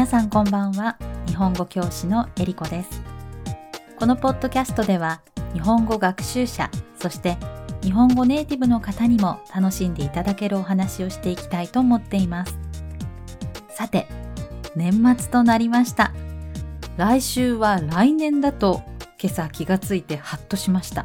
さんこんばんは。日本語教師のえりこです。このポッドキャストでは日本語学習者、そして日本語ネイティブの方にも楽しんでいただけるお話をしていきたいと思っています。さて、年末となりました。来週は来年だと今朝気がついてハッとしました。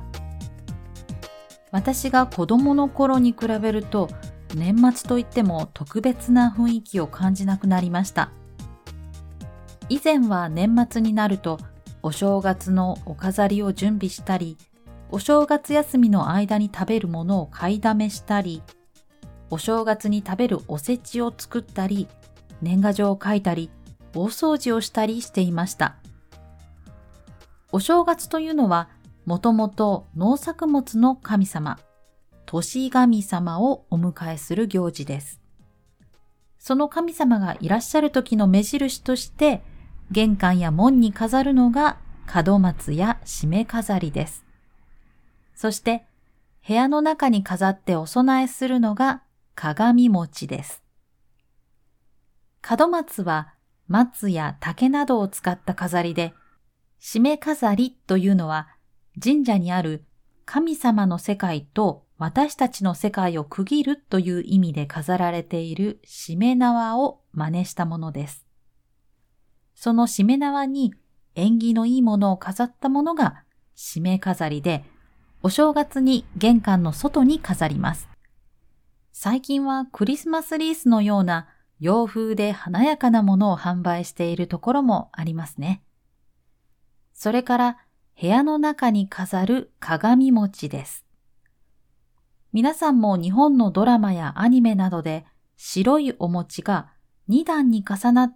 私が子供の頃に比べると年末といっても特別な雰囲気を感じなくなりました。以前は年末になるとお正月のお飾りを準備したり、お正月休みの間に食べるものを買いだめしたり、お正月に食べるおせちを作ったり、年賀状を書いたり、大掃除をしたりしていました。お正月というのはもともと農作物の神様、年神様をお迎えする行事です。その神様がいらっしゃる時の目印として、玄関や門に飾るのが門松やしめ飾りです。そして部屋の中に飾ってお供えするのが鏡餅です。門松は松や竹などを使った飾りで、しめ飾りというのは神社にある神様の世界と私たちの世界を区切るという意味で飾られているしめ縄を真似したものです。そのしめ縄に縁起のいいものを飾ったものがしめ飾りで、お正月に玄関の外に飾ります。最近はクリスマスリースのような洋風で華やかなものを販売しているところもありますね。それから部屋の中に飾る鏡餅です。皆さんも日本のドラマやアニメなどで白いお餅が2段に重なって、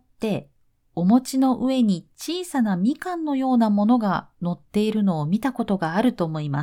お餅の上に小さなみかんのようなものが乗っているのを見たことがあると思います。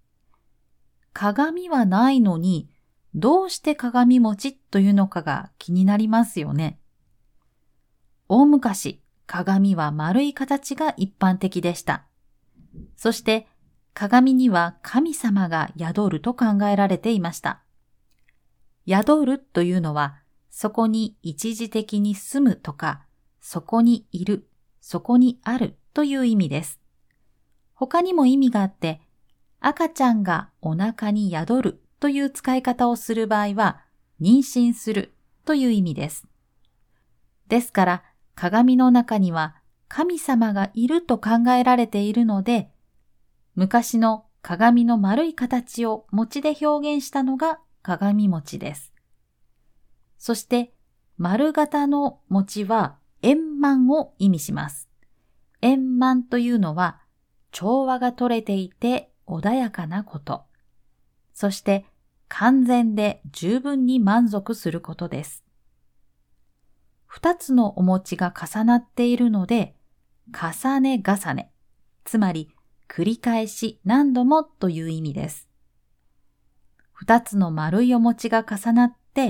鏡はないのに、どうして鏡餅というのかが気になりますよね。大昔、鏡は丸い形が一般的でした。そして鏡には神様が宿ると考えられていました。宿るというのは、そこに一時的に住むとか、そこにいる、そこにあるという意味です。他にも意味があって、赤ちゃんがお腹に宿るという使い方をする場合は、妊娠するという意味です。ですから、鏡の中には神様がいると考えられているので、昔の鏡の丸い形を餅で表現したのが鏡餅です。そして、丸型の餅は円満を意味します。円満というのは、調和が取れていて穏やかなこと。そして、完全で十分に満足することです。二つのお餅が重なっているので、重ね重ね、つまり繰り返し何度もという意味です。二つの丸いお餅が重なって、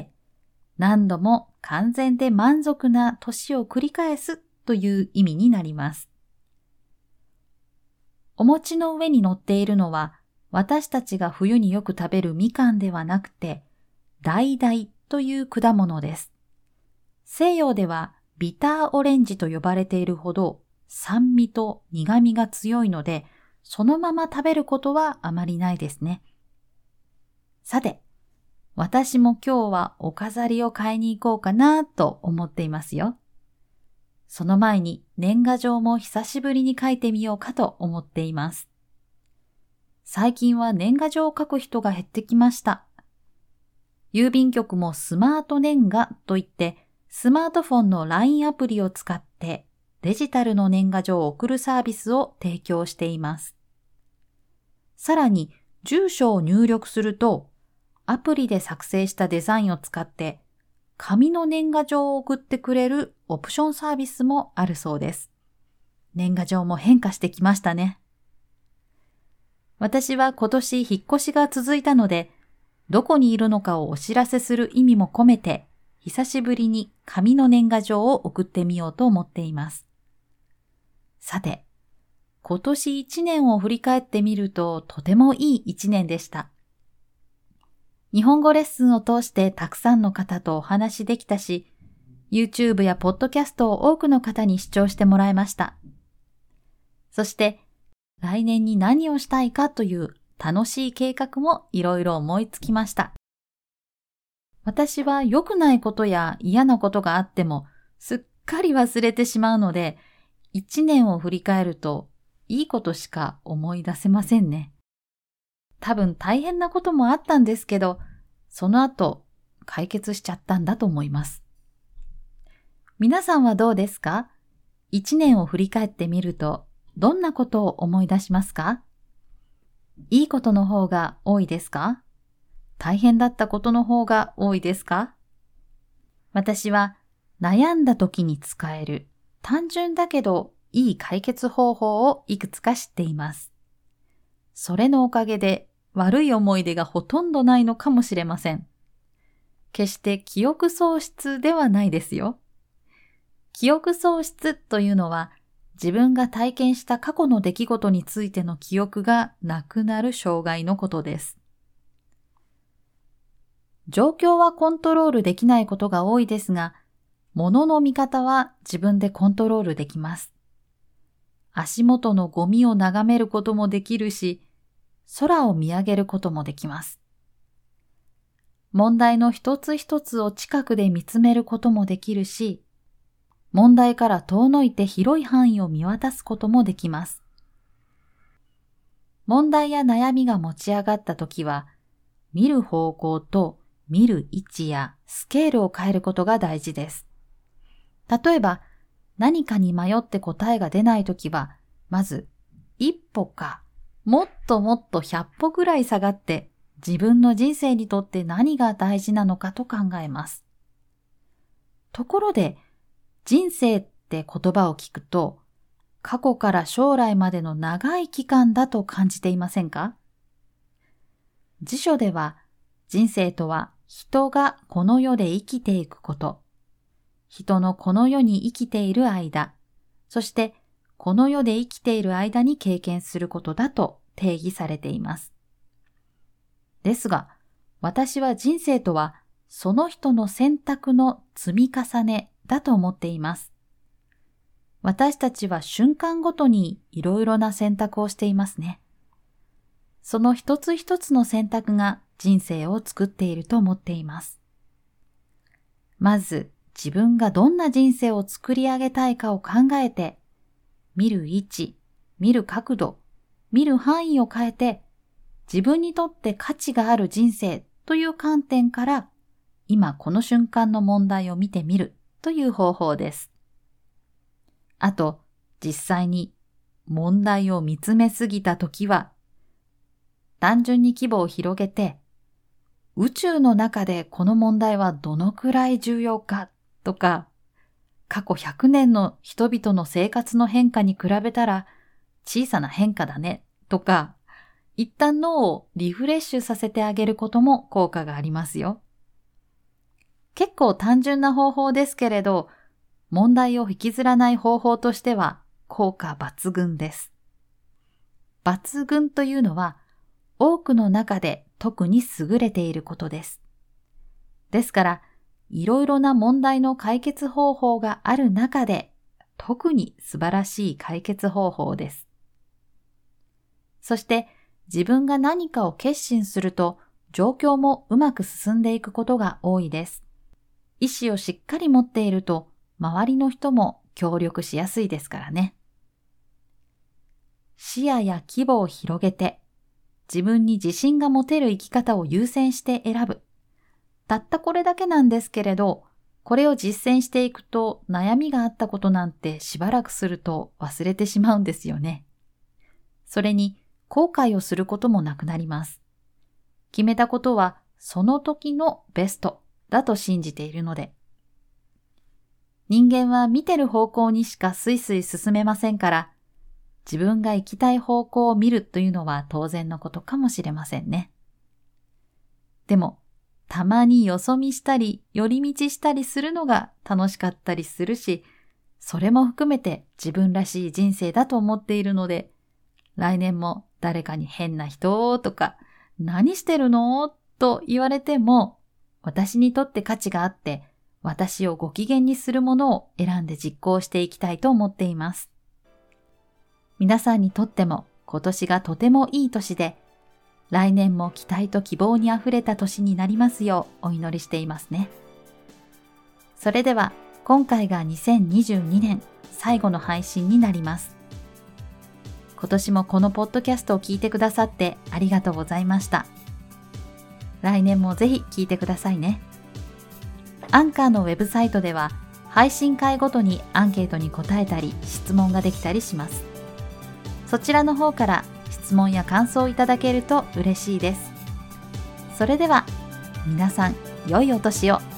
何度も完全で満足な年を繰り返すという意味になります。お餅の上に乗っているのは、私たちが冬によく食べるみかんではなくて、橙という果物です。西洋ではビターオレンジと呼ばれているほど酸味と苦味が強いので、そのまま食べることはあまりないですね。さて、私も今日はお飾りを買いに行こうかなと思っていますよ。その前に年賀状も久しぶりに書いてみようかと思っています。最近は年賀状を書く人が減ってきました。郵便局もスマート年賀といって、スマートフォンの LINE アプリを使ってデジタルの年賀状を送るサービスを提供しています。さらに住所を入力すると、アプリで作成したデザインを使って紙の年賀状を送ってくれるオプションサービスもあるそうです。年賀状も変化してきましたね。私は今年引っ越しが続いたので、どこにいるのかをお知らせする意味も込めて、久しぶりに紙の年賀状を送ってみようと思っています。さて、今年1年を振り返ってみるととてもいい1年でした。日本語レッスンを通してたくさんの方とお話できたし、 YouTube やポッドキャストを多くの方に視聴してもらいました。そして来年に何をしたいかという楽しい計画もいろいろ思いつきました。私は良くないことや嫌なことがあってもすっかり忘れてしまうので、1年を振り返るといいことしか思い出せませんね。多分大変なこともあったんですけど、その後解決しちゃったんだと思います。皆さんはどうですか？1年を振り返ってみるとどんなことを思い出しますか？いいことの方が多いですか？大変だったことの方が多いですか？私は悩んだ時に使える単純だけどいい解決方法をいくつか知っています。それのおかげで悪い思い出がほとんどないのかもしれません。決して記憶喪失ではないですよ。記憶喪失というのは自分が体験した過去の出来事についての記憶がなくなる障害のことです。状況はコントロールできないことが多いですが、物の見方は自分でコントロールできます。足元のゴミを眺めることもできるし、空を見上げることもできます。問題の一つ一つを近くで見つめることもできるし、問題から遠のいて広い範囲を見渡すこともできます。問題や悩みが持ち上がったときは、見る方向と見る位置やスケールを変えることが大事です。例えば、何かに迷って答えが出ないときは、まず一歩かもっともっと100歩ぐらい下がって自分の人生にとって何が大事なのかと考えます。ところで、人生って言葉を聞くと、過去から将来までの長い期間だと感じていませんか？辞書では、人生とは人がこの世で生きていくこと、人のこの世に生きている間、そしてこの世で生きている間に経験することだと定義されています。ですが、私は人生とはその人の選択の積み重ねだと思っています。私たちは瞬間ごとにいろいろな選択をしていますね。その一つ一つの選択が人生を作っていると思っています。まず自分がどんな人生を作り上げたいかを考えて、見る位置、見る角度、見る範囲を変えて、自分にとって価値がある人生という観点から、今この瞬間の問題を見てみるという方法です。あと、実際に問題を見つめすぎたときは、単純に規模を広げて、宇宙の中でこの問題はどのくらい重要かとか、過去100年の人々の生活の変化に比べたら小さな変化だねとか、一旦脳をリフレッシュさせてあげることも効果がありますよ。結構単純な方法ですけれど、問題を引きずらない方法としては効果抜群です。抜群というのは多くの中で特に優れていることです。ですから、いろいろな問題の解決方法がある中で特に素晴らしい解決方法です。そして自分が何かを決心すると状況もうまく進んでいくことが多いです。意志をしっかり持っていると周りの人も協力しやすいですからね。視野や規模を広げて自分に自信が持てる生き方を優先して選ぶ。たったこれだけなんですけれど、これを実践していくと悩みがあったことなんてしばらくすると忘れてしまうんですよね。それに後悔をすることもなくなります。決めたことはその時のベストだと信じているので。人間は見てる方向にしかスイスイ進めませんから、自分が行きたい方向を見るというのは当然のことかもしれませんね。でも、たまによそ見したり寄り道したりするのが楽しかったりするし、それも含めて自分らしい人生だと思っているので、来年も誰かに変な人とか何してるのと言われても、私にとって価値があって、 私をご機嫌にするものを選んで実行していきたいと思っています。皆さんにとっても今年がとてもいい年で、来年も期待と希望にあふれた年になりますようお祈りしていますね。それでは今回が2022年最後の配信になります。今年もこのポッドキャストを聞いてくださってありがとうございました。来年もぜひ聞いてくださいね。アンカーのウェブサイトでは配信回ごとにアンケートに答えたり質問ができたりします。そちらの方から質問や感想をいただけると嬉しいです。それでは皆さん良いお年を。